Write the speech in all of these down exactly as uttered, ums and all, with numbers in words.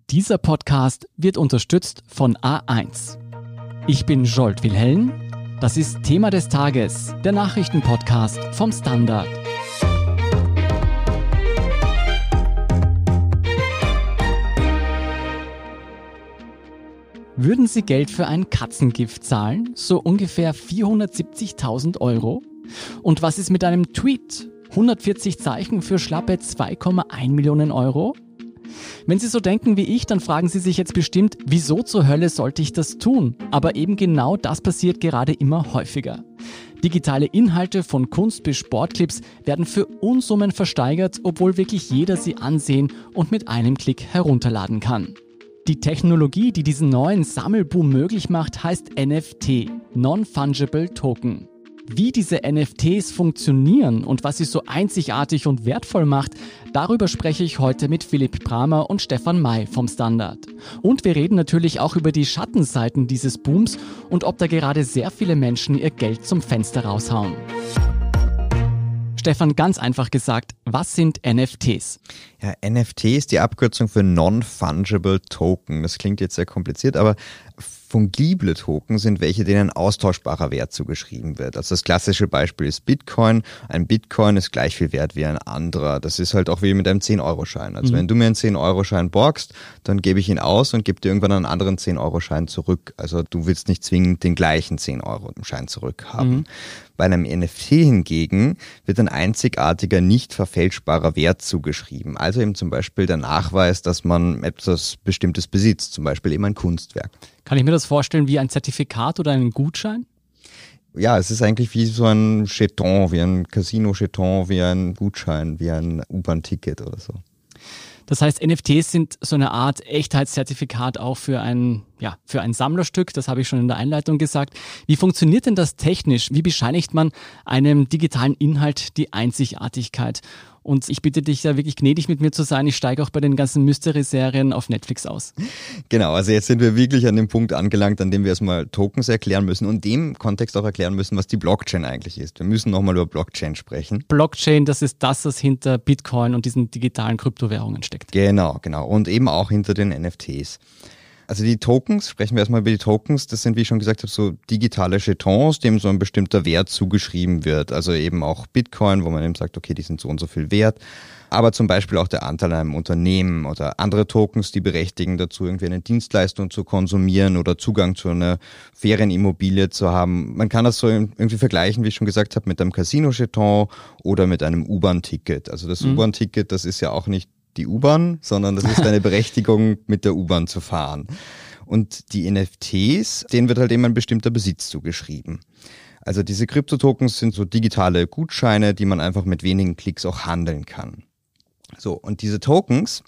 Dieser Podcast wird unterstützt von A eins. Ich bin Jolt Wilhelm. Das ist Thema des Tages, der Nachrichtenpodcast vom Standard. Würden Sie Geld für ein Katzengift zahlen? So ungefähr vierhundertsiebzigtausend Euro? Und was ist mit einem Tweet? hundertvierzig Zeichen für schlappe zwei Komma eins Millionen Euro? Wenn Sie so denken wie ich, dann fragen Sie sich jetzt bestimmt, wieso zur Hölle sollte ich das tun? Aber eben genau das passiert gerade immer häufiger. Digitale Inhalte von Kunst bis Sportclips werden für Unsummen versteigert, obwohl wirklich jeder sie ansehen und mit einem Klick herunterladen kann. Die Technologie, die diesen neuen Sammelboom möglich macht, heißt N F T, Non-Fungible Token. Wie diese N F Ts funktionieren und was sie so einzigartig und wertvoll macht, darüber spreche ich heute mit Philipp Bramer und Stefan May vom Standard. Und wir reden natürlich auch über die Schattenseiten dieses Booms und ob da gerade sehr viele Menschen ihr Geld zum Fenster raushauen. Stefan, ganz einfach gesagt, was sind N F Ts? Ja, N F T ist die Abkürzung für Non-Fungible Token. Das klingt jetzt sehr kompliziert, aber fungible Token sind welche, denen austauschbarer Wert zugeschrieben wird. Also das klassische Beispiel ist Bitcoin. Ein Bitcoin ist gleich viel wert wie ein anderer. Das ist halt auch wie mit einem zehn-Euro-Schein. Also mhm. wenn du mir einen zehn-Euro-Schein borgst, dann gebe ich ihn aus und gebe dir irgendwann einen anderen zehn-Euro-Schein zurück. Also du willst nicht zwingend den gleichen zehn-Euro-Schein zurückhaben. Mhm. Bei einem N F T hingegen wird ein einzigartiger, nicht verfälschbarer Wert zugeschrieben. Also eben zum Beispiel der Nachweis, dass man etwas Bestimmtes besitzt, zum Beispiel eben ein Kunstwerk. Kann ich mir das vorstellen wie ein Zertifikat oder einen Gutschein? Ja, es ist eigentlich wie so ein Jeton, wie ein Casino-Jeton, wie ein Gutschein, wie ein U-Bahn-Ticket oder so. Das heißt, N F Ts sind so eine Art Echtheitszertifikat auch für ein, ja, für ein Sammlerstück, das habe ich schon in der Einleitung gesagt. Wie funktioniert denn das technisch? Wie bescheinigt man einem digitalen Inhalt die Einzigartigkeit? Und ich bitte dich ja wirklich gnädig mit mir zu sein. Ich steige auch bei den ganzen Mystery-Serien auf Netflix aus. Genau, also jetzt sind wir wirklich an dem Punkt angelangt, an dem wir erstmal Tokens erklären müssen und dem Kontext auch erklären müssen, was die Blockchain eigentlich ist. Wir müssen nochmal über Blockchain sprechen. Blockchain, das ist das, was hinter Bitcoin und diesen digitalen Kryptowährungen steckt. Genau, genau. Und eben auch hinter den N F Ts. Also die Tokens, sprechen wir erstmal über die Tokens, das sind, wie ich schon gesagt habe, so digitale Jetons, dem so ein bestimmter Wert zugeschrieben wird. Also eben auch Bitcoin, wo man eben sagt, okay, die sind so und so viel wert. Aber zum Beispiel auch der Anteil an einem Unternehmen oder andere Tokens, die berechtigen dazu, irgendwie eine Dienstleistung zu konsumieren oder Zugang zu einer Ferienimmobilie zu haben. Man kann das so irgendwie vergleichen, wie ich schon gesagt habe, mit einem Casino-Jeton oder mit einem U-Bahn-Ticket. Also das mhm. U-Bahn-Ticket, das ist ja auch nicht die U-Bahn, sondern das ist eine Berechtigung, mit der U-Bahn zu fahren. Und die N F Ts, denen wird halt eben ein bestimmter Besitz zugeschrieben. Also diese Kryptotokens sind so digitale Gutscheine, die man einfach mit wenigen Klicks auch handeln kann. So, und diese Tokens,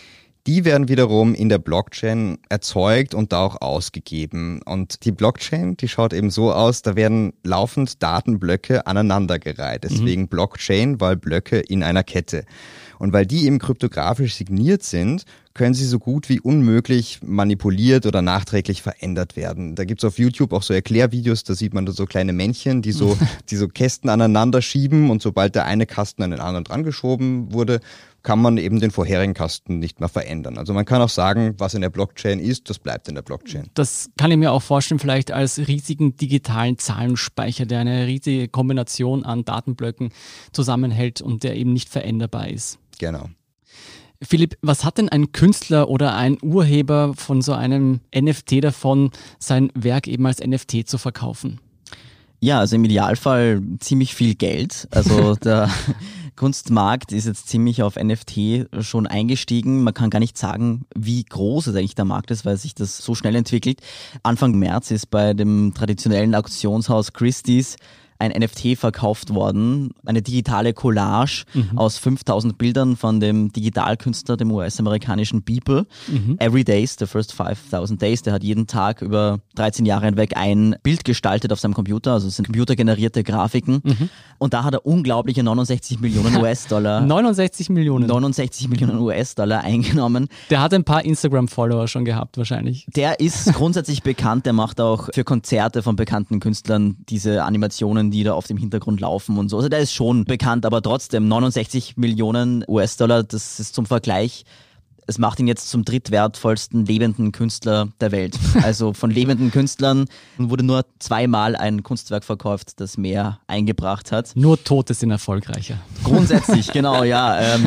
die werden wiederum in der Blockchain erzeugt und da auch ausgegeben. Und die Blockchain, die schaut eben so aus, da werden laufend Datenblöcke aneinandergereiht. Deswegen mhm. Blockchain, weil Blöcke in einer Kette. Und weil die eben kryptografisch signiert sind, können sie so gut wie unmöglich manipuliert oder nachträglich verändert werden. Da gibt's auf YouTube auch so Erklärvideos, da sieht man so kleine Männchen, die so, die so Kästen aneinander schieben und sobald der eine Kasten an den anderen dran geschoben wurde, kann man eben den vorherigen Kasten nicht mehr verändern. Also man kann auch sagen, was in der Blockchain ist, das bleibt in der Blockchain. Das kann ich mir auch vorstellen, vielleicht als riesigen digitalen Zahlenspeicher, der eine riesige Kombination an Datenblöcken zusammenhält und der eben nicht veränderbar ist. Genau. Philipp, was hat denn ein Künstler oder ein Urheber von so einem N F T davon, sein Werk eben als N F T zu verkaufen? Ja, also im Idealfall ziemlich viel Geld. Also der Kunstmarkt ist jetzt ziemlich auf N F T schon eingestiegen. Man kann gar nicht sagen, wie groß es eigentlich der Markt ist, weil sich das so schnell entwickelt. Anfang März ist bei dem traditionellen Auktionshaus Christie's ein N F T verkauft worden, eine digitale Collage mhm. aus fünftausend Bildern von dem Digitalkünstler, dem U S-amerikanischen Beeple. Mhm. Every Days, the first five thousand days, der hat jeden Tag über dreizehn Jahre hinweg ein Bild gestaltet auf seinem Computer, also es sind computergenerierte Grafiken. Mhm. Und da hat er unglaubliche neunundsechzig Millionen U S-Dollar. neunundsechzig Millionen? neunundsechzig Millionen U S-Dollar eingenommen. Der hat ein paar Instagram-Follower schon gehabt wahrscheinlich. Der ist grundsätzlich bekannt, der macht auch für Konzerte von bekannten Künstlern diese Animationen, die da auf dem Hintergrund laufen und so. Also der ist schon bekannt, aber trotzdem neunundsechzig Millionen U S-Dollar, das ist zum Vergleich es macht ihn jetzt zum drittwertvollsten lebenden Künstler der Welt. Also von lebenden Künstlern wurde nur zweimal ein Kunstwerk verkauft, das mehr eingebracht hat. Nur Tote sind erfolgreicher. Grundsätzlich, genau, ja. Ähm,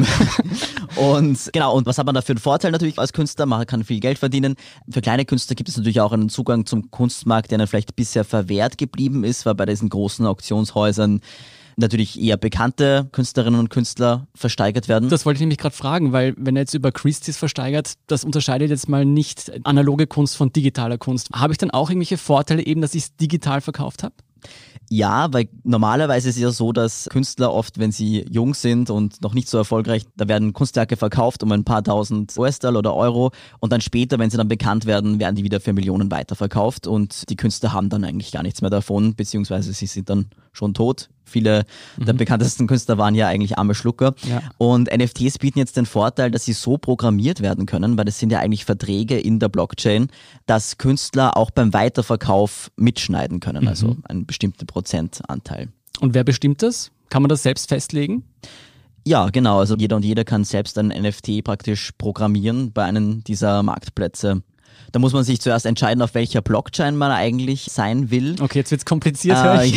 und genau, und was hat man da für einen Vorteil natürlich als Künstler? Man kann viel Geld verdienen. Für kleine Künstler gibt es natürlich auch einen Zugang zum Kunstmarkt, der dann vielleicht bisher verwehrt geblieben ist, weil bei diesen großen Auktionshäusern natürlich eher bekannte Künstlerinnen und Künstler versteigert werden. Das wollte ich nämlich gerade fragen, weil wenn er jetzt über Christie's versteigert, das unterscheidet jetzt mal nicht analoge Kunst von digitaler Kunst. Habe ich dann auch irgendwelche Vorteile eben, dass ich es digital verkauft habe? Ja, weil normalerweise ist es ja so, dass Künstler oft, wenn sie jung sind und noch nicht so erfolgreich, da werden Kunstwerke verkauft um ein paar tausend U S-Dollar oder Euro und dann später, wenn sie dann bekannt werden, werden die wieder für Millionen weiterverkauft und die Künstler haben dann eigentlich gar nichts mehr davon, beziehungsweise sie sind dann schon tot. Viele mhm. der bekanntesten Künstler waren ja eigentlich arme Schlucker. Ja. Und N F Ts bieten jetzt den Vorteil, dass sie so programmiert werden können, weil das sind ja eigentlich Verträge in der Blockchain, dass Künstler auch beim Weiterverkauf mitschneiden können, mhm. also einen bestimmten Prozentanteil. Und wer bestimmt das? Kann man das selbst festlegen? Ja, genau. Also jeder und jeder kann selbst ein N F T praktisch programmieren bei einem dieser Marktplätze. Da muss man sich zuerst entscheiden, auf welcher Blockchain man eigentlich sein will. Okay, jetzt wird's kompliziert. Äh,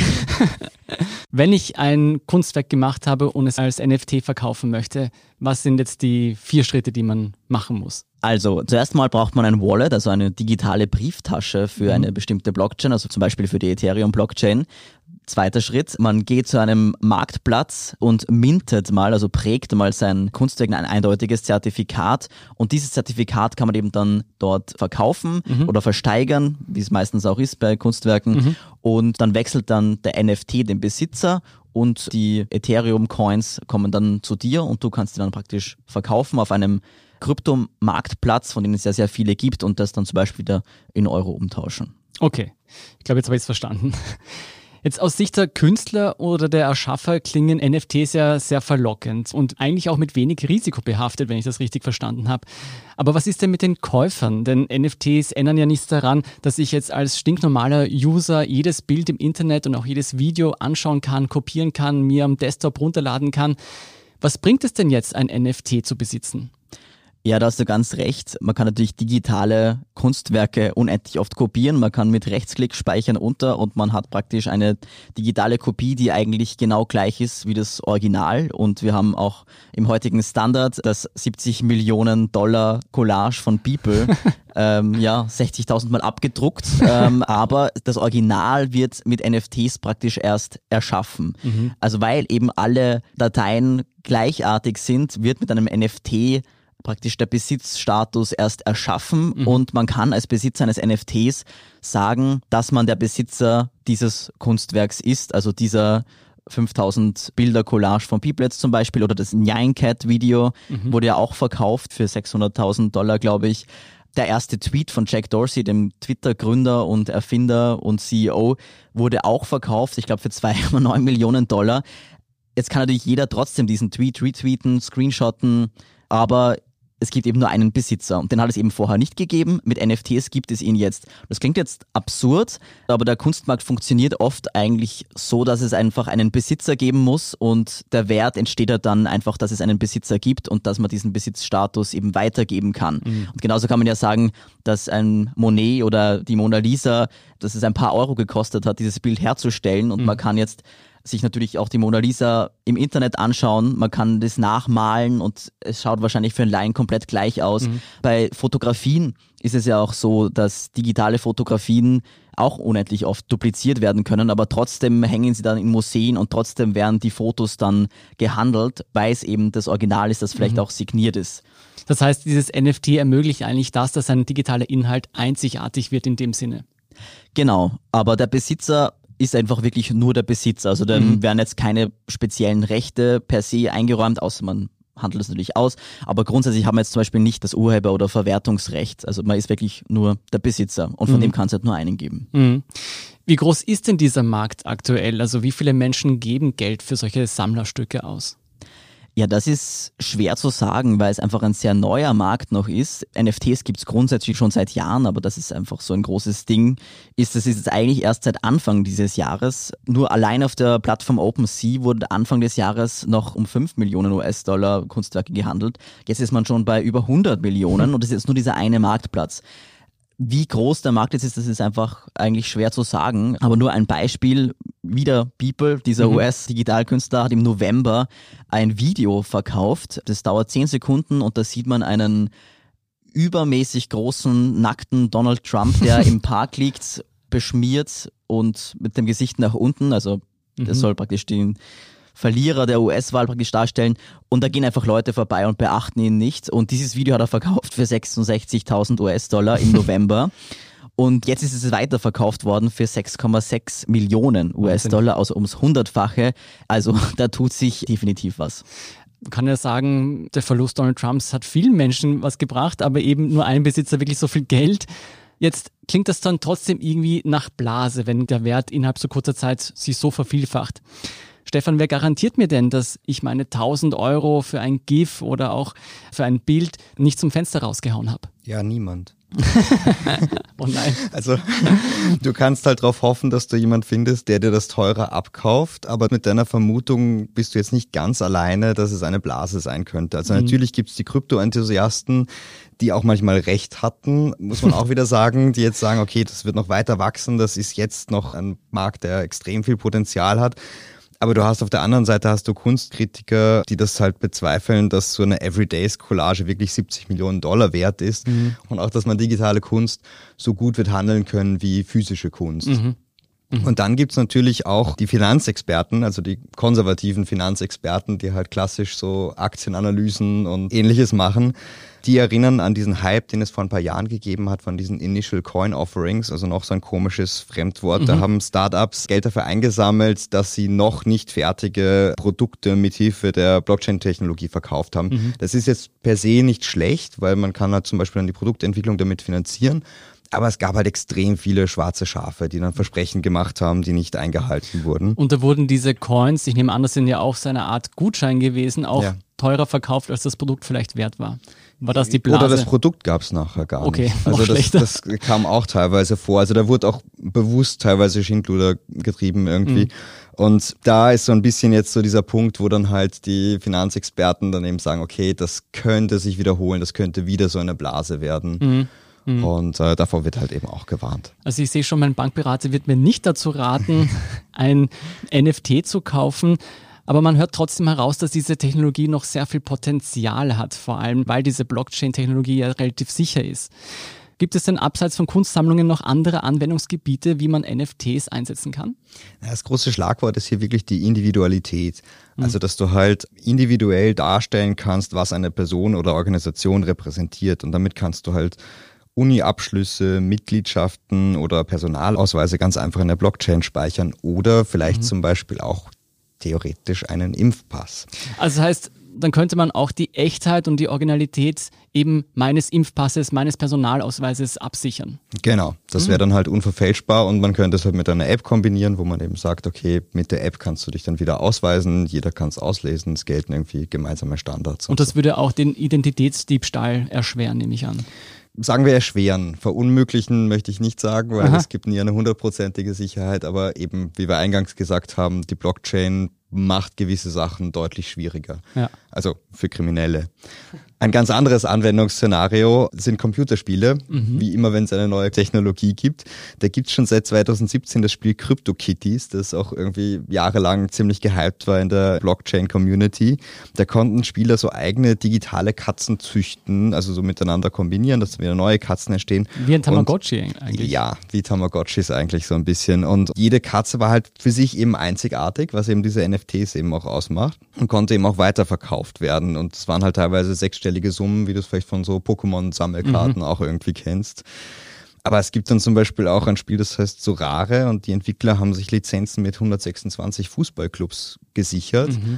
Wenn ich ein Kunstwerk gemacht habe und es als N F T verkaufen möchte, was sind jetzt die vier Schritte, die man machen muss? Also zuerst mal braucht man ein Wallet, also eine digitale Brieftasche für mhm. eine bestimmte Blockchain, also zum Beispiel für die Ethereum-Blockchain. Zweiter Schritt, man geht zu einem Marktplatz und mintet mal, also prägt mal sein Kunstwerk in ein eindeutiges Zertifikat und dieses Zertifikat kann man eben dann dort verkaufen mhm. oder versteigern, wie es meistens auch ist bei Kunstwerken mhm. und dann wechselt dann der N F T den Besitzer und die Ethereum-Coins kommen dann zu dir und du kannst die dann praktisch verkaufen auf einem Kryptomarktplatz, von denen es ja sehr viele gibt und das dann zum Beispiel wieder in Euro umtauschen. Okay, ich glaube, jetzt habe ich es verstanden. Jetzt aus Sicht der Künstler oder der Erschaffer klingen N F Ts ja sehr verlockend und eigentlich auch mit wenig Risiko behaftet, wenn ich das richtig verstanden habe. Aber was ist denn mit den Käufern? Denn N F Ts ändern ja nichts daran, dass ich jetzt als stinknormaler User jedes Bild im Internet und auch jedes Video anschauen kann, kopieren kann, mir am Desktop runterladen kann. Was bringt es denn jetzt, ein N F T zu besitzen? Ja, da hast du ganz recht. Man kann natürlich digitale Kunstwerke unendlich oft kopieren. Man kann mit Rechtsklick speichern unter und man hat praktisch eine digitale Kopie, die eigentlich genau gleich ist wie das Original. Und wir haben auch im heutigen Standard das siebzig Millionen Dollar Collage von Beeple, ähm, ja, sechzigtausend Mal abgedruckt. ähm, aber das Original wird mit N F Ts praktisch erst erschaffen. Mhm. Also weil eben alle Dateien gleichartig sind, wird mit einem N F T praktisch der Besitzstatus erst erschaffen mhm. und man kann als Besitzer eines N F Ts sagen, dass man der Besitzer dieses Kunstwerks ist, also dieser fünftausend Bilder Collage von Beeple jetzt zum Beispiel oder das Nyan Cat Video mhm. wurde ja auch verkauft für sechshunderttausend Dollar, glaube ich. Der erste Tweet von Jack Dorsey, dem Twitter-Gründer und Erfinder und C E O, wurde auch verkauft, ich glaube für zwei Komma neun Millionen Dollar. Jetzt kann natürlich jeder trotzdem diesen Tweet retweeten, screenshotten, aber es gibt eben nur einen Besitzer und den hat es eben vorher nicht gegeben. Mit N F Ts gibt es ihn jetzt. Das klingt jetzt absurd, aber der Kunstmarkt funktioniert oft eigentlich so, dass es einfach einen Besitzer geben muss und der Wert entsteht ja dann einfach, dass es einen Besitzer gibt und dass man diesen Besitzstatus eben weitergeben kann. Mhm. Und genauso kann man ja sagen, dass ein Monet oder die Mona Lisa, dass es ein paar Euro gekostet hat, dieses Bild herzustellen und mhm. man kann jetzt sich natürlich auch die Mona Lisa im Internet anschauen, man kann das nachmalen und es schaut wahrscheinlich für einen Laien komplett gleich aus. Mhm. Bei Fotografien ist es ja auch so, dass digitale Fotografien auch unendlich oft dupliziert werden können, aber trotzdem hängen sie dann in Museen und trotzdem werden die Fotos dann gehandelt, weil es eben das Original ist, das vielleicht mhm. auch signiert ist. Das heißt, dieses N F T ermöglicht eigentlich das, dass ein digitaler Inhalt einzigartig wird in dem Sinne. Genau, aber der Besitzer ist einfach wirklich nur der Besitzer. Also dann mhm. werden jetzt keine speziellen Rechte per se eingeräumt, außer man handelt es natürlich aus. Aber grundsätzlich haben wir jetzt zum Beispiel nicht das Urheber- oder Verwertungsrecht. Also man ist wirklich nur der Besitzer und von mhm. dem kann es halt nur einen geben. Mhm. Wie groß ist denn dieser Markt aktuell? Also wie viele Menschen geben Geld für solche Sammlerstücke aus? Ja, das ist schwer zu sagen, weil es einfach ein sehr neuer Markt noch ist. N F Ts gibt es grundsätzlich schon seit Jahren, aber das ist einfach so ein großes Ding. Ist das ist jetzt eigentlich erst seit Anfang dieses Jahres. Nur allein auf der Plattform OpenSea wurde Anfang des Jahres noch um fünf Millionen U S-Dollar Kunstwerke gehandelt. Jetzt ist man schon bei über hundert Millionen und das ist jetzt nur dieser eine Marktplatz. Wie groß der Markt jetzt ist, das ist einfach eigentlich schwer zu sagen. Aber nur ein Beispiel, wieder Beeple, dieser mhm. U S-Digitalkünstler, hat im November ein Video verkauft. Das dauert zehn Sekunden und da sieht man einen übermäßig großen, nackten Donald Trump, der im Park liegt, beschmiert und mit dem Gesicht nach unten. Also das mhm. soll praktisch den Verlierer der U S-Wahl praktisch darstellen und da gehen einfach Leute vorbei und beachten ihn nicht und dieses Video hat er verkauft für sechsundsechzigtausend U S-Dollar im November und jetzt ist es weiterverkauft worden für sechs Komma sechs Millionen U S-Dollar, also ums Hundertfache, also da tut sich definitiv was. Man kann ja sagen, der Verlust Donald Trumps hat vielen Menschen was gebracht, aber eben nur ein Besitzer wirklich so viel Geld. Jetzt klingt das dann trotzdem irgendwie nach Blase, wenn der Wert innerhalb so kurzer Zeit sich so vervielfacht. Stefan, wer garantiert mir denn, dass ich meine tausend Euro für ein GIF oder auch für ein Bild nicht zum Fenster rausgehauen habe? Ja, niemand. Oh nein. Also du kannst halt darauf hoffen, dass du jemand findest, der dir das teurer abkauft, aber mit deiner Vermutung bist du jetzt nicht ganz alleine, dass es eine Blase sein könnte. Also mhm. natürlich gibt es die Krypto-Enthusiasten, die auch manchmal recht hatten, muss man auch wieder sagen, die jetzt sagen, okay, das wird noch weiter wachsen, das ist jetzt noch ein Markt, der extrem viel Potenzial hat. Aber du hast auf der anderen Seite hast du Kunstkritiker, die das halt bezweifeln, dass so eine Everydays-Collage wirklich siebzig Millionen Dollar wert ist mhm. und auch, dass man digitale Kunst so gut wird handeln können wie physische Kunst. Mhm. Mhm. Und dann gibt's natürlich auch die Finanzexperten, also die konservativen Finanzexperten, die halt klassisch so Aktienanalysen und Ähnliches machen. Die erinnern an diesen Hype, den es vor ein paar Jahren gegeben hat von diesen Initial Coin Offerings, also noch so ein komisches Fremdwort. Mhm. Da haben Startups Geld dafür eingesammelt, dass sie noch nicht fertige Produkte mithilfe der Blockchain-Technologie verkauft haben. Mhm. Das ist jetzt per se nicht schlecht, weil man kann halt zum Beispiel dann die Produktentwicklung damit finanzieren. Aber es gab halt extrem viele schwarze Schafe, die dann Versprechen gemacht haben, die nicht eingehalten wurden. Und da wurden diese Coins, ich nehme an, das sind ja auch so eine Art Gutschein gewesen, auch ja. teurer verkauft, als das Produkt vielleicht wert war. War das die Blase? Oder das Produkt gab es nachher gar okay, nicht. Also das, das kam auch teilweise vor. Also da wurde auch bewusst teilweise Schindluder getrieben irgendwie. Mhm. Und da ist so ein bisschen jetzt so dieser Punkt, wo dann halt die Finanzexperten dann eben sagen, okay, das könnte sich wiederholen, das könnte wieder so eine Blase werden. Mhm. Mhm. Und äh, davor wird halt eben auch gewarnt. Also ich sehe schon, mein Bankberater wird mir nicht dazu raten, ein N F T zu kaufen. Aber man hört trotzdem heraus, dass diese Technologie noch sehr viel Potenzial hat, vor allem weil diese Blockchain-Technologie ja relativ sicher ist. Gibt es denn abseits von Kunstsammlungen noch andere Anwendungsgebiete, wie man N F Ts einsetzen kann? Das große Schlagwort ist hier wirklich die Individualität. Also, dass du halt individuell darstellen kannst, was eine Person oder Organisation repräsentiert. Und damit kannst du halt Uni-Abschlüsse, Mitgliedschaften oder Personalausweise ganz einfach in der Blockchain speichern oder vielleicht mhm. zum Beispiel auch theoretisch einen Impfpass. Also das heißt, dann könnte man auch die Echtheit und die Originalität eben meines Impfpasses, meines Personalausweises absichern. Genau, das wäre dann halt unverfälschbar und man könnte es halt mit einer App kombinieren, wo man eben sagt, okay, mit der App kannst du dich dann wieder ausweisen, jeder kann es auslesen, es gelten irgendwie gemeinsame Standards. Und, und das so. würde auch den Identitätsdiebstahl erschweren, nehme ich an. Sagen wir erschweren. Verunmöglichen möchte ich nicht sagen, weil Aha. es gibt nie eine hundertprozentige Sicherheit, aber eben, wie wir eingangs gesagt haben, die Blockchain macht gewisse Sachen deutlich schwieriger. Ja. Also für Kriminelle. Ein ganz anderes Anwendungsszenario sind Computerspiele, mhm. wie immer, wenn es eine neue Technologie gibt. Da gibt es schon seit zweitausendsiebzehn das Spiel CryptoKitties, das auch irgendwie jahrelang ziemlich gehypt war in der Blockchain-Community. Da konnten Spieler so eigene digitale Katzen züchten, also so miteinander kombinieren, dass wieder neue Katzen entstehen. Wie ein Tamagotchi Und, eigentlich. Ja, wie Tamagotchis eigentlich so ein bisschen. Und jede Katze war halt für sich eben einzigartig, was eben diese N F Ts eben auch ausmacht und konnte eben auch weiterverkauft werden. Und es waren halt teilweise sechsstellige Summen, wie du es vielleicht von so Pokémon-Sammelkarten mhm. auch irgendwie kennst. Aber es gibt dann zum Beispiel auch ein Spiel, das heißt Sorare und die Entwickler haben sich Lizenzen mit hundertsechsundzwanzig Fußballclubs gesichert. Mhm.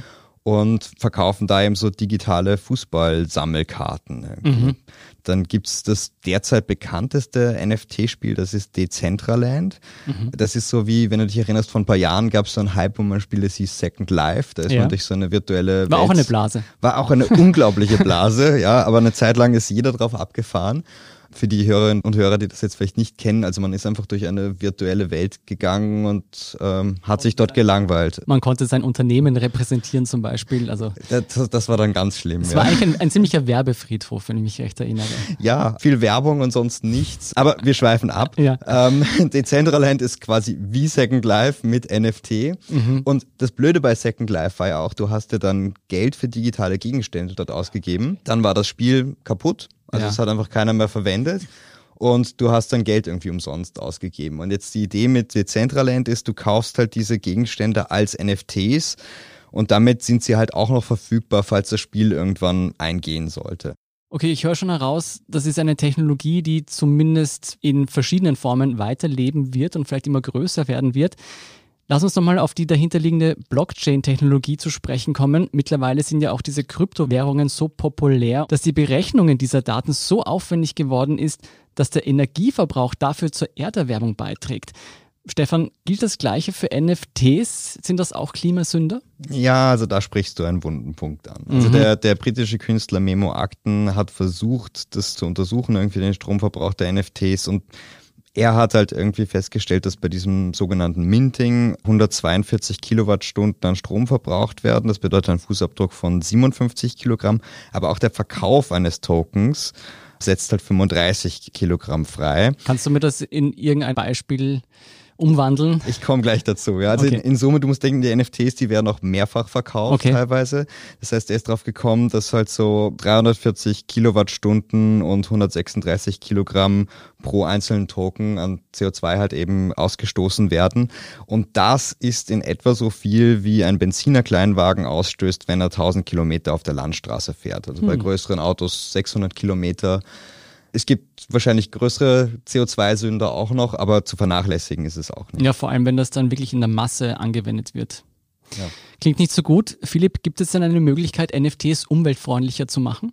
und verkaufen da eben so digitale Fußballsammelkarten. Mhm. Dann gibt's das derzeit bekannteste N F T-Spiel, das ist Decentraland. Mhm. Das ist so wie, wenn du dich erinnerst, vor ein paar Jahren gab es so einen Hype, wo man Spiele hieß Second Life. Da ist ja. man durch so eine virtuelle War Welt, auch eine Blase. War auch eine unglaubliche Blase, ja, aber eine Zeit lang ist jeder drauf abgefahren. Für die Hörerinnen und Hörer, die das jetzt vielleicht nicht kennen, also man ist einfach durch eine virtuelle Welt gegangen und ähm, hat sich dort gelangweilt. Man konnte sein Unternehmen repräsentieren zum Beispiel. Also das, das war dann ganz schlimm. Es ja. war eigentlich ein, ein ziemlicher Werbefriedhof, wenn ich mich recht erinnere. Ja, viel Werbung und sonst nichts. Aber wir schweifen ab. Ja. Ähm, Decentraland ist quasi wie Second Life mit N F T. Mhm. Und das Blöde bei Second Life war ja auch, du hast ja dann Geld für digitale Gegenstände dort ausgegeben. Dann war das Spiel kaputt. Also es ja. hat einfach keiner mehr verwendet und du hast dann Geld irgendwie umsonst ausgegeben. Und jetzt die Idee mit Decentraland ist, du kaufst halt diese Gegenstände als N F Ts und damit sind sie halt auch noch verfügbar, falls das Spiel irgendwann eingehen sollte. Okay, ich höre schon heraus, das ist eine Technologie, die zumindest in verschiedenen Formen weiterleben wird und vielleicht immer größer werden wird. Lass uns nochmal auf die dahinterliegende Blockchain-Technologie zu sprechen kommen. Mittlerweile sind ja auch diese Kryptowährungen so populär, dass die Berechnungen dieser Daten so aufwendig geworden ist, dass der Energieverbrauch dafür zur Erderwärmung beiträgt. Stefan, gilt das Gleiche für N F Ts? Sind das auch Klimasünder? Ja, also da sprichst du einen wunden Punkt an. Also mhm. der, der britische Künstler Memo Akten hat versucht, das zu untersuchen, irgendwie den Stromverbrauch der N F Ts, und er hat halt irgendwie festgestellt, dass bei diesem sogenannten Minting hundertzweiundvierzig Kilowattstunden an Strom verbraucht werden. Das bedeutet einen Fußabdruck von siebenundfünfzig Kilogramm. Aber auch der Verkauf eines Tokens setzt halt fünfunddreißig Kilogramm frei. Kannst du mir das in irgendein Beispiel umwandeln? Ich komme gleich dazu. Ja. Also okay. in, in Summe, du musst denken, die N F Ts, die werden auch mehrfach verkauft okay. teilweise. Das heißt, er ist drauf gekommen, dass halt so dreihundertvierzig Kilowattstunden und hundertsechsunddreißig Kilogramm pro einzelnen Token an C O zwei halt eben ausgestoßen werden. Und das ist in etwa so viel, wie ein Benziner-Kleinwagen ausstößt, wenn er tausend Kilometer auf der Landstraße fährt. Also hm. bei größeren Autos sechshundert Kilometer. Es gibt wahrscheinlich größere C O zwei Sünder auch noch, aber zu vernachlässigen ist es auch nicht. Ja, vor allem, wenn das dann wirklich in der Masse angewendet wird. Ja. Klingt nicht so gut. Philipp, gibt es denn eine Möglichkeit, N F Ts umweltfreundlicher zu machen?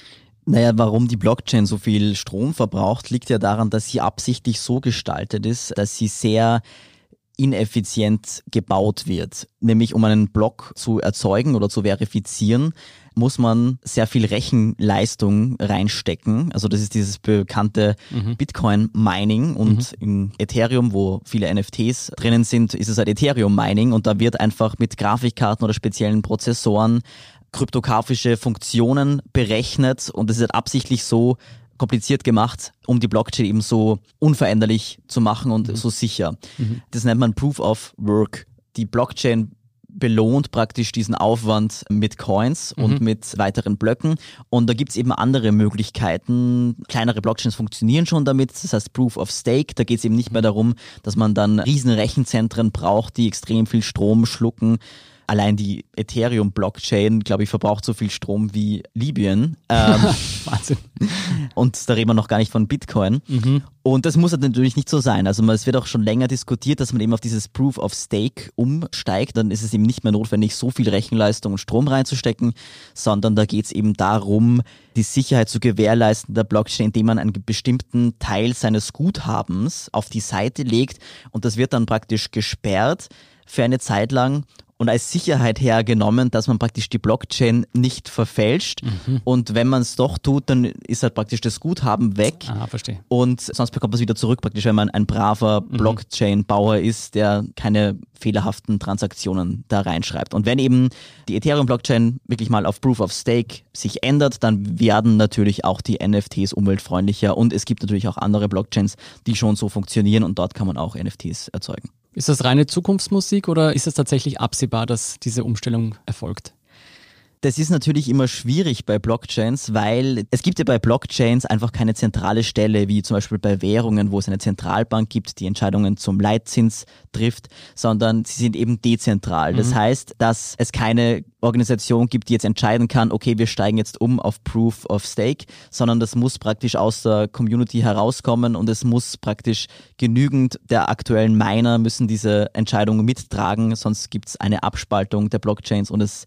Naja, warum die Blockchain so viel Strom verbraucht, liegt ja daran, dass sie absichtlich so gestaltet ist, dass sie sehr ineffizient gebaut wird. Nämlich um einen Block zu erzeugen oder zu verifizieren, muss man sehr viel Rechenleistung reinstecken. Also das ist dieses bekannte mhm. Bitcoin-Mining, und mhm. in Ethereum, wo viele N F Ts drinnen sind, ist es halt Ethereum-Mining, und da wird einfach mit Grafikkarten oder speziellen Prozessoren kryptografische Funktionen berechnet, und das ist halt absichtlich so kompliziert gemacht, um die Blockchain eben so unveränderlich zu machen und mhm. so sicher. Mhm. Das nennt man Proof of Work. Die Blockchain belohnt praktisch diesen Aufwand mit Coins mhm. und mit weiteren Blöcken. Und da gibt's eben andere Möglichkeiten. Kleinere Blockchains funktionieren schon damit. Das heißt Proof of Stake. Da geht's eben nicht mehr darum, dass man dann riesen Rechenzentren braucht, die extrem viel Strom schlucken. Allein die Ethereum-Blockchain, glaube ich, verbraucht so viel Strom wie Libyen. Ähm, Wahnsinn. Und da reden wir noch gar nicht von Bitcoin. Mhm. Und das muss halt natürlich nicht so sein. Also es wird auch schon länger diskutiert, dass man eben auf dieses Proof of Stake umsteigt. Dann ist es eben nicht mehr notwendig, so viel Rechenleistung und Strom reinzustecken, sondern da geht es eben darum, die Sicherheit zu gewährleisten der Blockchain, indem man einen bestimmten Teil seines Guthabens auf die Seite legt, und das wird dann praktisch gesperrt für eine Zeit lang und als Sicherheit hergenommen, dass man praktisch die Blockchain nicht verfälscht. Mhm. Und wenn man es doch tut, dann ist halt praktisch das Guthaben weg. Ah, verstehe. Und sonst bekommt man es wieder zurück, praktisch, wenn man ein braver mhm. Blockchain-Bauer ist, der keine fehlerhaften Transaktionen da reinschreibt. Und wenn eben die Ethereum-Blockchain wirklich mal auf Proof of Stake sich ändert, dann werden natürlich auch die N F Ts umweltfreundlicher. Und es gibt natürlich auch andere Blockchains, die schon so funktionieren, und dort kann man auch N F Ts erzeugen. Ist das reine Zukunftsmusik oder ist es tatsächlich absehbar, dass diese Umstellung erfolgt? Das ist natürlich immer schwierig bei Blockchains, weil es gibt ja bei Blockchains einfach keine zentrale Stelle, wie zum Beispiel bei Währungen, wo es eine Zentralbank gibt, die Entscheidungen zum Leitzins trifft, sondern sie sind eben dezentral. Mhm. Das heißt, dass es keine Organisation gibt, die jetzt entscheiden kann, okay, wir steigen jetzt um auf Proof of Stake, sondern das muss praktisch aus der Community herauskommen, und es muss praktisch genügend der aktuellen Miner müssen diese Entscheidungen mittragen, sonst gibt es eine Abspaltung der Blockchains und es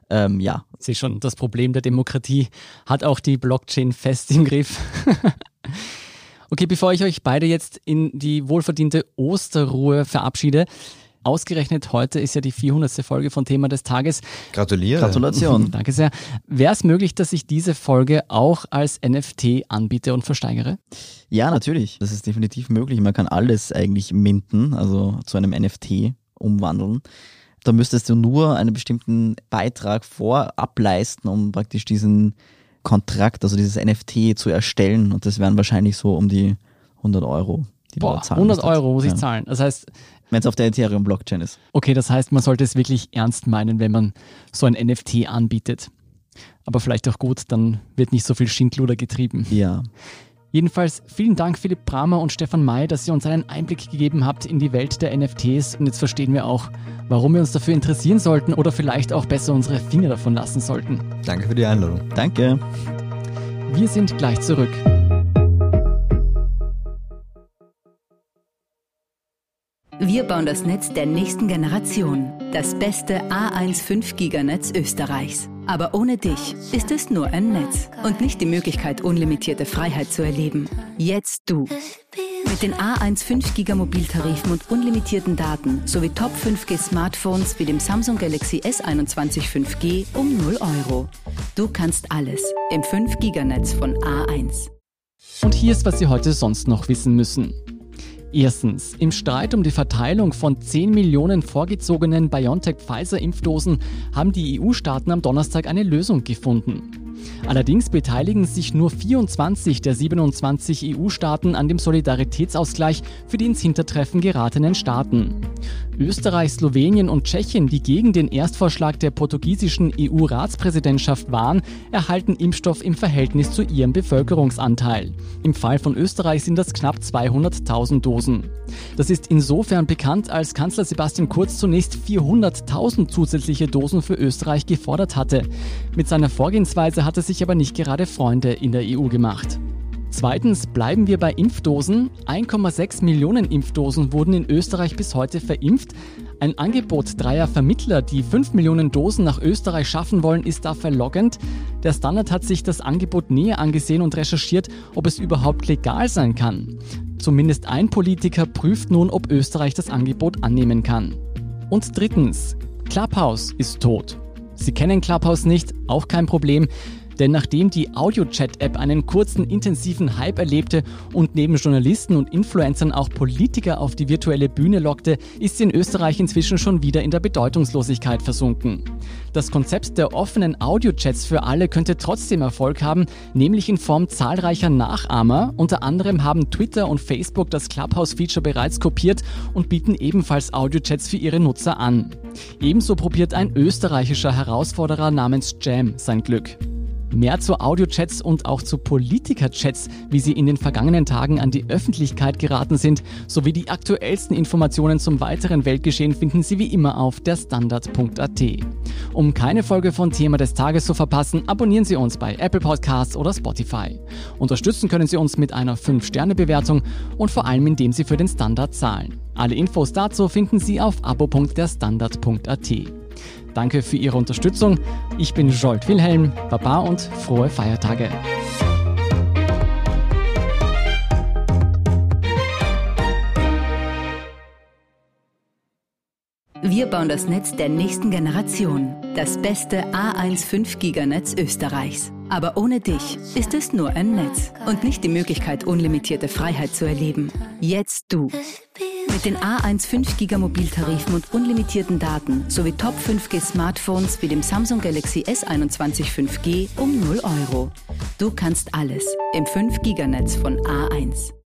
Ähm, ja. Ich sehe schon, das Problem der Demokratie hat auch die Blockchain fest im Griff. Okay, bevor ich euch beide jetzt in die wohlverdiente Osterruhe verabschiede, ausgerechnet heute ist ja die vierhundertste Folge von Thema des Tages. Gratuliere. Gratulation. Danke sehr. Wäre es möglich, dass ich diese Folge auch als N F T anbiete und versteigere? Ja, natürlich. Das ist definitiv möglich. Man kann alles eigentlich minten, also zu einem N F T umwandeln. Da müsstest du nur einen bestimmten Beitrag vorab leisten, um praktisch diesen Kontrakt, also dieses N F T zu erstellen. Und das wären wahrscheinlich so um die hundert Euro, die Boah, du zahlen hundert müsstest. Euro muss ich Ja. zahlen. Das heißt, Wenn es auf der Ethereum-Blockchain ist. okay, das heißt, man sollte es wirklich ernst meinen, wenn man so ein N F T anbietet. Aber vielleicht auch gut, dann wird nicht so viel Schindluder getrieben. Ja. Jedenfalls vielen Dank Philipp Bramer und Stefan May, dass ihr uns einen Einblick gegeben habt in die Welt der N F Ts. Und jetzt verstehen wir auch, warum wir uns dafür interessieren sollten oder vielleicht auch besser unsere Finger davon lassen sollten. Danke für die Einladung. Danke. Wir sind gleich zurück. Wir bauen das Netz der nächsten Generation. Das beste A eins fünf Giganetz Österreichs. Aber ohne dich ist es nur ein Netz und nicht die Möglichkeit, unlimitierte Freiheit zu erleben. Jetzt du. Mit den A eins fünf Giga Mobiltarifen und unlimitierten Daten sowie Top fünf G Smartphones wie dem Samsung Galaxy S einundzwanzig fünf G um null Euro. Du kannst alles im fünf Giganetz von A eins. Und hier ist, was Sie heute sonst noch wissen müssen. Erstens, im Streit um die Verteilung von zehn Millionen vorgezogenen BioNTech-Pfizer-Impfdosen haben die E U-Staaten am Donnerstag eine Lösung gefunden. Allerdings beteiligen sich nur vierundzwanzig der siebenundzwanzig E U-Staaten an dem Solidaritätsausgleich für die ins Hintertreffen geratenen Staaten. Österreich, Slowenien und Tschechien, die gegen den Erstvorschlag der portugiesischen E U-Ratspräsidentschaft waren, erhalten Impfstoff im Verhältnis zu ihrem Bevölkerungsanteil. Im Fall von Österreich sind das knapp zweihunderttausend Dosen. Das ist insofern bekannt, als Kanzler Sebastian Kurz zunächst vierhunderttausend zusätzliche Dosen für Österreich gefordert hatte. Mit seiner Vorgehensweise hat er sich aber nicht gerade Freunde in der E U gemacht. Zweitens bleiben wir bei Impfdosen. eins Komma sechs Millionen Impfdosen wurden in Österreich bis heute verimpft. Ein Angebot dreier Vermittler, die fünf Millionen Dosen nach Österreich schaffen wollen, ist da verlockend. Der Standard hat sich das Angebot näher angesehen und recherchiert, ob es überhaupt legal sein kann. Zumindest ein Politiker prüft nun, ob Österreich das Angebot annehmen kann. Und drittens, Clubhouse ist tot. Sie kennen Clubhouse nicht, auch kein Problem. Denn nachdem die Audio-Chat-App einen kurzen, intensiven Hype erlebte und neben Journalisten und Influencern auch Politiker auf die virtuelle Bühne lockte, ist sie in Österreich inzwischen schon wieder in der Bedeutungslosigkeit versunken. Das Konzept der offenen Audio-Chats für alle könnte trotzdem Erfolg haben, nämlich in Form zahlreicher Nachahmer. Unter anderem haben Twitter und Facebook das Clubhouse-Feature bereits kopiert und bieten ebenfalls Audio-Chats für ihre Nutzer an. Ebenso probiert ein österreichischer Herausforderer namens Jam sein Glück. Mehr zu Audiochats und auch zu Politikerchats, wie sie in den vergangenen Tagen an die Öffentlichkeit geraten sind, sowie die aktuellsten Informationen zum weiteren Weltgeschehen finden Sie wie immer auf der Standard punkt a t. Um keine Folge von Thema des Tages zu verpassen, abonnieren Sie uns bei Apple Podcasts oder Spotify. Unterstützen können Sie uns mit einer fünf Sterne Bewertung und vor allem indem Sie für den Standard zahlen. Alle Infos dazu finden Sie auf abo punkt der standard punkt a t. Danke für Ihre Unterstützung. Ich bin Jolt Wilhelm, Baba und frohe Feiertage. Wir bauen das Netz der nächsten Generation. Das beste A eins fünf Giganetz Österreichs. Aber ohne dich ist es nur ein Netz und nicht die Möglichkeit, unlimitierte Freiheit zu erleben. Jetzt du. Mit den A eins fünf Giga Mobiltarifen und unlimitierten Daten sowie Top fünf G Smartphones wie dem Samsung Galaxy S einundzwanzig fünf G um null Euro. Du kannst alles im fünf Giganetz von A eins.